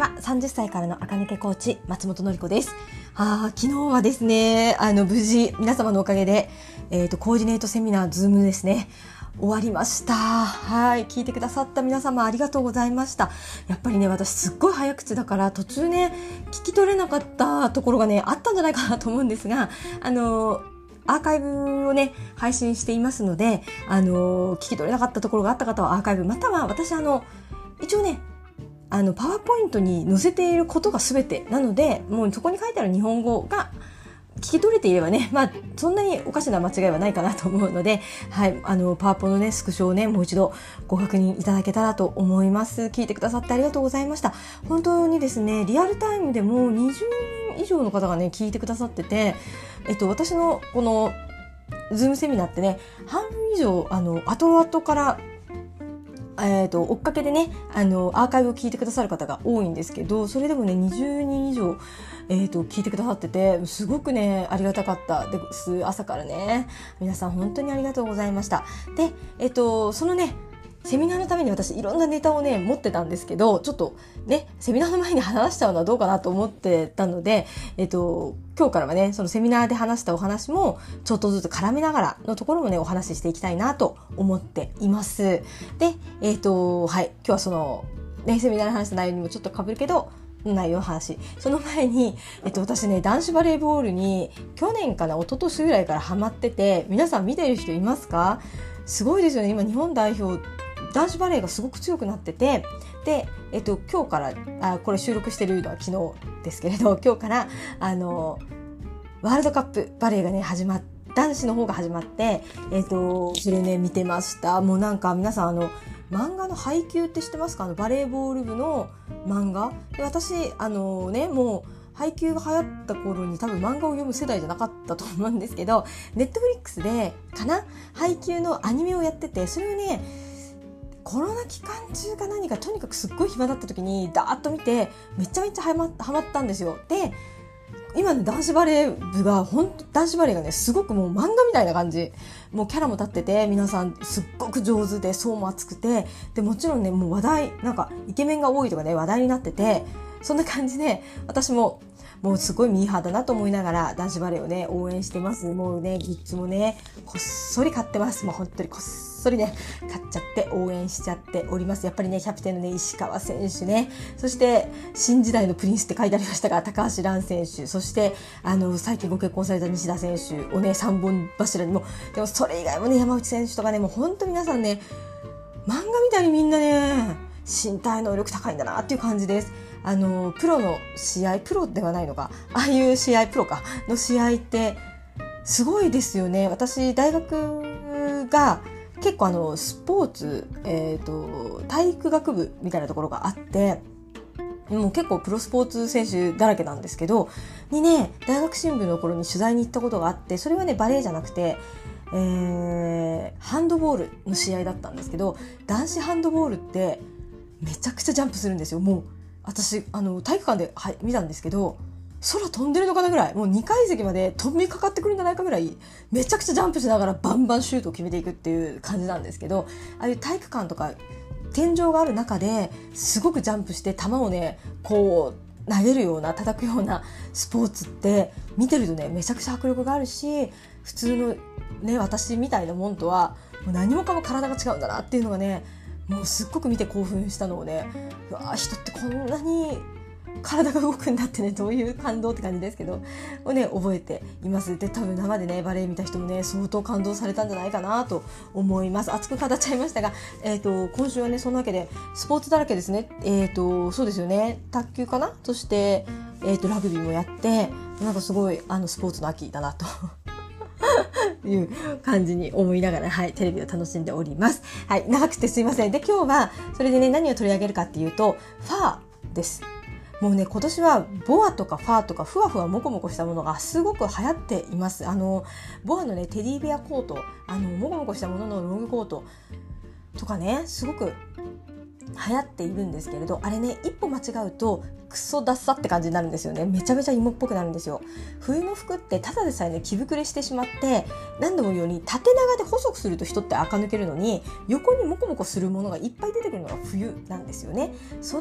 は。30歳からの赤抜けコーチ松本のり子です。昨日はですね、無事皆様のおかげで、コーディネートセミナーズームですね、終わりました。聞いてくださった皆様ありがとうございました。やっぱりね、私すっごい早口だから途中ね聞き取れなかったところがねあったんじゃないかなと思うんですが、アーカイブをね配信していますので、聞き取れなかったところがあった方はアーカイブ、または私一応ねパワーポイントに載せていることが全てなので、もうそこに書いてある日本語が聞き取れていればね、そんなにおかしな間違いはないかなと思うので、パワポのねスクショをねもう一度ご確認いただけたらと思います。聞いてくださってありがとうございました。本当にですね、リアルタイムでも20人以上の方がね聞いてくださってて、私のこのズームセミナーってね、半分以上後々から追っかけでねアーカイブを聞いてくださる方が多いんですけど、それでもね20人以上、聞いてくださってて、すごくねありがたかったです。朝からね皆さん本当にありがとうございました。で、そのねセミナーのために私いろんなネタをね持ってたんですけど、ちょっとねセミナーの前に話しちゃうのはどうかなと思ってたので、今日からはねそのセミナーで話したお話もちょっとずつ絡めながらのところもねお話ししていきたいなと思っています。で、今日はそのねセミナーで話した内容にもちょっと被るけど内容の話、その前に、私ね男子バレーボールに去年かな一昨年ぐらいからハマってて、皆さん見てる人いますか？すごいですよね。今日本代表男子バレーがすごく強くなってて、で、今日からこれ収録してるのは昨日ですけれど、今日からワールドカップバレーがね男子の方が始まって、それね見てました。もうなんか皆さん漫画の配給って知ってますか？バレーボール部の漫画で、私もう配給が流行った頃に多分漫画を読む世代じゃなかったと思うんですけど、ネットフリックスで配給のアニメをやってて、それをねコロナ期間中か何かとにかくすっごい暇だった時にダーッと見てめちゃめちゃハマったんですよ。で今ね男子バレーがねすごくもう漫画みたいな感じ、もうキャラも立ってて皆さんすっごく上手で層も厚くて、でもちろんねもう話題なんかイケメンが多いとかね話題になってて、そんな感じで私もうすごいミーハーだなと思いながら男子バレーをね応援してます。もうねグッズもねこっそり買ってます。もう本当にこっそりね買っちゃって応援しちゃっております。やっぱりねキャプテンのね石川選手ね、そして新時代のプリンスって書いてありましたが高橋藍選手、そして最近ご結婚された西田選手をね3本柱にも、でもそれ以外もね山内選手とかね、もう本当皆さんね漫画みたいにみんなね身体能力高いんだなっていう感じです。プロの試合、プロではないのか、ああいう試合、プロかの試合ってすごいですよね。私大学が結構スポーツ、体育学部みたいなところがあって、もう結構プロスポーツ選手だらけなんですけどにね、大学新聞の頃に取材に行ったことがあって、それはねバレーじゃなくてハンドボールの試合だったんですけど、男子ハンドボールってめちゃくちゃジャンプするんですよ。もう私体育館で、見たんですけど、空飛んでるのかなぐらい、もう2階席まで飛びかかってくるんじゃないかぐらいめちゃくちゃジャンプしながらバンバンシュートを決めていくっていう感じなんですけど、ああいう体育館とか天井がある中ですごくジャンプして球をねこう投げるような叩くようなスポーツって見てるとねめちゃくちゃ迫力があるし、普通のね私みたいなもんとはもう何もかも体が違うんだなっていうのがね、もうすっごく見て興奮したのをね、うわ人ってこんなに体が動くんだってね、どういう感動って感じですけどをね覚えています。で多分生でねバレエ見た人もね相当感動されたんじゃないかなと思います。熱く語っちゃいましたが、今週はねそんなわけでスポーツだらけですね。そうですよね、卓球かな、そして、ラグビーもやって、なんかすごいスポーツの秋だなという感じに思いながら、テレビを楽しんでおります。長くてすいません。で今日はそれでね何を取り上げるかっていうとファーです。もうね今年はボアとかファーとかふわふわもこもこしたものがすごく流行っています。ボアのねテディベアコート、もこもこしたもののロングコートとかねすごく流行っているんですけれど、あれね一歩間違うとクソダッサって感じになるんですよね。めちゃめちゃ芋っぽくなるんですよ。冬の服ってただでさえね着膨れしてしまって、何度も言うように縦長で細くすると人って垢抜けるのに、横にモコモコするものがいっぱい出てくるのが冬なんですよね。その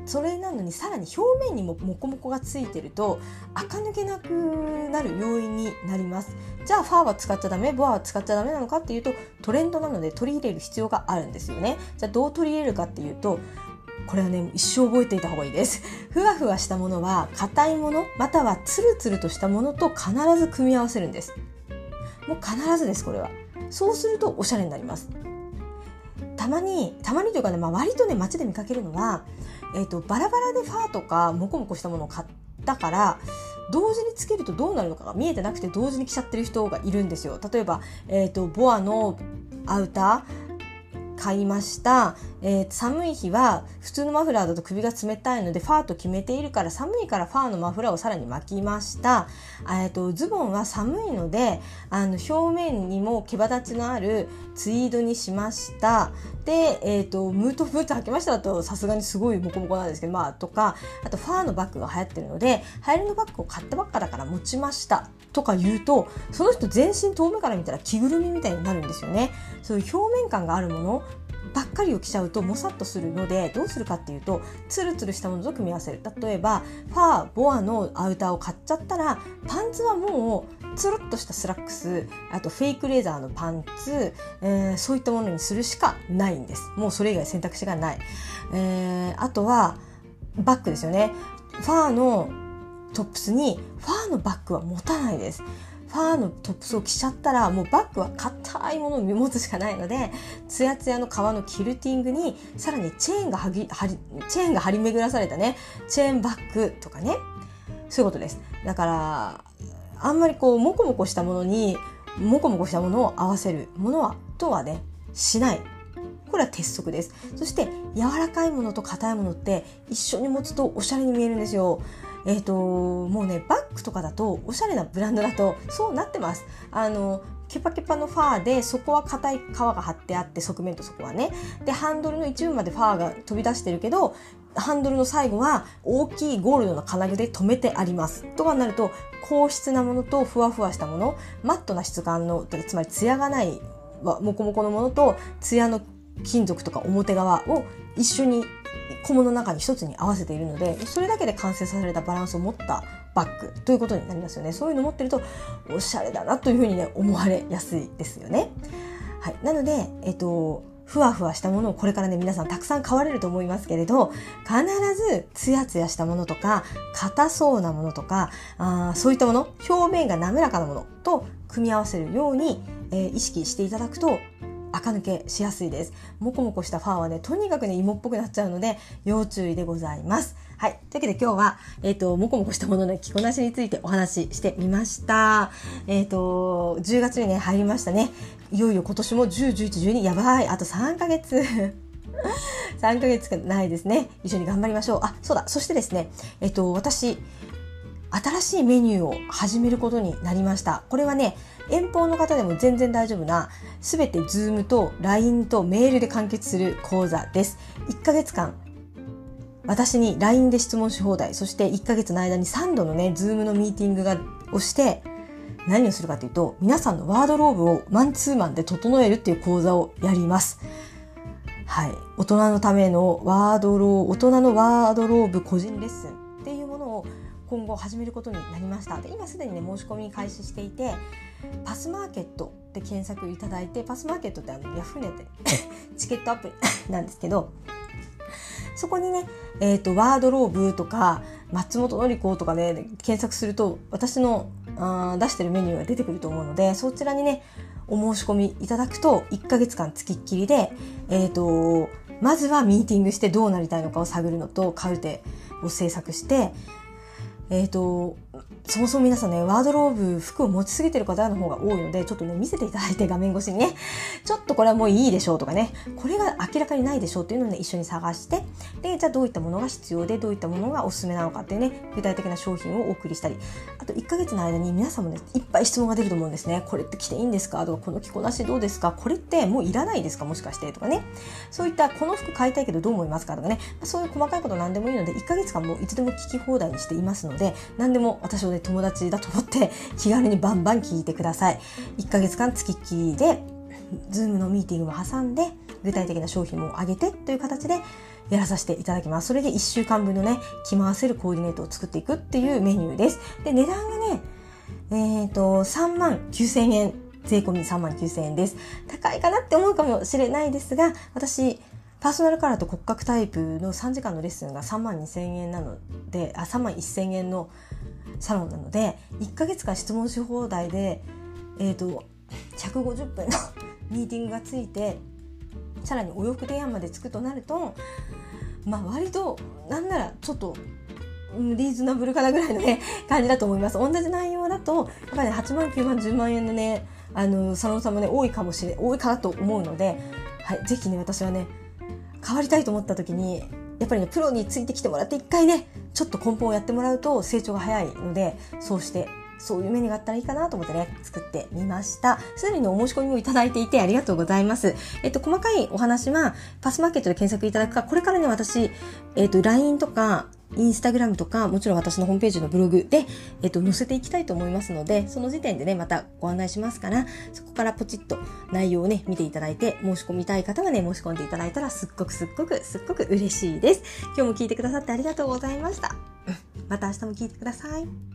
それなのにさらに表面にもモコモコがついてると垢抜けなくなる要因になります。じゃあファーは使っちゃダメ、ボアは使っちゃダメなのかっていうと、トレンドなので取り入れる必要があるんですよね。じゃあどう取り入れるかっていうと、これはね、一生覚えていた方がいいです。ふわふわしたものは硬いものまたはツルツルとしたものと必ず組み合わせるんです。もう必ずです、これは。そうするとおしゃれになります。たまにというかね、割とね街で見かけるのは、バラバラでファーとかモコモコしたものを買ったから同時につけるとどうなるのかが見えてなくて同時に着ちゃってる人がいるんですよ。例えば、ボアのアウター買いました、寒い日は普通のマフラーだと首が冷たいのでファーと決めているから寒いからファーのマフラーをさらに巻きました。ズボンは寒いので表面にも毛羽立ちのあるツイードにしました。で、ムート履きましただとさすがにすごいモコモコなんですけど、とか、あとファーのバッグが流行ってるので流行りのバッグを買ったばっかだから持ちましたとか言うと、その人全身遠目から見たら着ぐるみみたいになるんですよね。そういう表面感があるものばっかりを着ちゃうともさっとするので、どうするかっていうとツルツルしたものと組み合わせる。例えばファー、ボアのアウターを買っちゃったらパンツはもうツルッとしたスラックス、あとフェイクレザーのパンツ、そういったものにするしかないんです。もうそれ以外選択肢がない。あとはバッグですよね。ファーのトップスにファーのバッグは持たないです。ファーのトップスを着ちゃったらもうバッグは硬いものを持つしかないので、ツヤツヤの革のキルティングにさらにチェーンが張り巡らされたねチェーンバッグとかね、そういうことです。だからあんまりこうモコモコしたものにモコモコしたものを合わせるものはとはねしない。これは鉄則です。そして柔らかいものと硬いものって一緒に持つとおしゃれに見えるんですよ。もうねバッグとかだとおしゃれなブランドだとそうなってます。ケパケパのファーでそこは硬い皮が張ってあって側面とそこはね、でハンドルの一部までファーが飛び出してるけどハンドルの最後は大きいゴールドの金具で留めてありますとかになると、硬質なものとふわふわしたもの、マットな質感のつまりツヤがないモコモコのものとツヤの金属とか表側を一緒に小物の中に一つに合わせているので、それだけで完成されたバランスを持ったバッグということになりますよね。そういうの持ってるとおしゃれだなというふうにね思われやすいですよね。はい、なので、ふわふわしたものをこれからね皆さんたくさん買われると思いますけれど、必ずツヤツヤしたものとか硬そうなものとかそういったもの、表面が滑らかなものと組み合わせるように、意識していただくと垢抜けしやすいです。モコモコしたファーはねとにかくね芋っぽくなっちゃうので要注意でございます。はい、というわけで今日は、モコモコしたものの着こなしについてお話ししてみました。10月にね入りましたね。いよいよ今年も10、11、12やばい、あと3ヶ月3ヶ月しかないですね。一緒に頑張りましょう。そうだ、そしてですね、私新しいメニューを始めることになりました。これはね、遠方の方でも全然大丈夫な、すべて Zoom と LINE とメールで完結する講座です。1ヶ月間、私に LINE で質問し放題、そして1ヶ月の間に3度のね、Zoom のミーティングをして、何をするかというと、皆さんのワードローブをマンツーマンで整えるっていう講座をやります。はい。大人のための大人のワードローブ個人レッスンっていうものを今後始めることになりました。で、今すでにね申し込み開始していて、パスマーケットで検索いただいて、パスマーケットってヤフーネでチケットアプリなんですけど、そこにね、ワードローブとか松本のり子とかね検索すると私の出してるメニューが出てくると思うので、そちらにねお申し込みいただくと1ヶ月間付きっきりで、まずはミーティングしてどうなりたいのかを探るのと、カルテを制作して、そもそも皆さんねワードローブ服を持ちすぎてる方の方が多いので、ちょっとね見せていただいて、画面越しにねちょっとこれはもういいでしょうとかね、これが明らかにないでしょうっていうのをね一緒に探して、でじゃあどういったものが必要でどういったものがおすすめなのかっていうね具体的な商品をお送りしたり、あと1ヶ月の間に皆さんもねいっぱい質問が出ると思うんですね。これって着ていいんですかとか、この着こなしどうですか、これってもういらないですかもしかしてとかね、そういったこの服買いたいけどどう思いますかとかね、そういう細かいこと何でもいいので1ヶ月間もいつでも聞き放題にしていますので、何でも私をね友達だと思って気軽にバンバン聞いてください。1ヶ月間付きっきりで Zoom のミーティングも挟んで具体的な商品も上げてという形でやらさせていただきます。それで1週間分のね、着回せるコーディネートを作っていくっていうメニューです。で、値段がね、39,000円。税込み39,000円です。高いかなって思うかもしれないですが、私、パーソナルカラーと骨格タイプの3時間のレッスンが32,000円なので、31,000円のサロンなので、1ヶ月間質問し放題で、150分のミーティングがついて、さらにお洋服提案までつくとなると、割と、なんならちょっと、リーズナブルかなぐらいのね、感じだと思います。同じ内容だと、やっぱりね、8万、9万、10万円のね、サロンさんもね、多いかなと思うので、はい、ぜひね、私はね、変わりたいと思った時に、やっぱりね、プロについてきてもらって一回ね、ちょっと根本をやってもらうと成長が早いので、そういうメニューがあったらいいかなと思ってね、作ってみました。すでにお申し込みもいただいていてありがとうございます。細かいお話は、パスマーケットで検索いただくか、これからね、私、LINE とか、インスタグラムとか、もちろん私のホームページのブログで、載せていきたいと思いますので、その時点でね、またご案内しますから、そこからポチッと内容をね、見ていただいて、申し込みたい方はね、申し込んでいただいたら、すっごく嬉しいです。今日も聞いてくださってありがとうございました。また明日も聞いてください。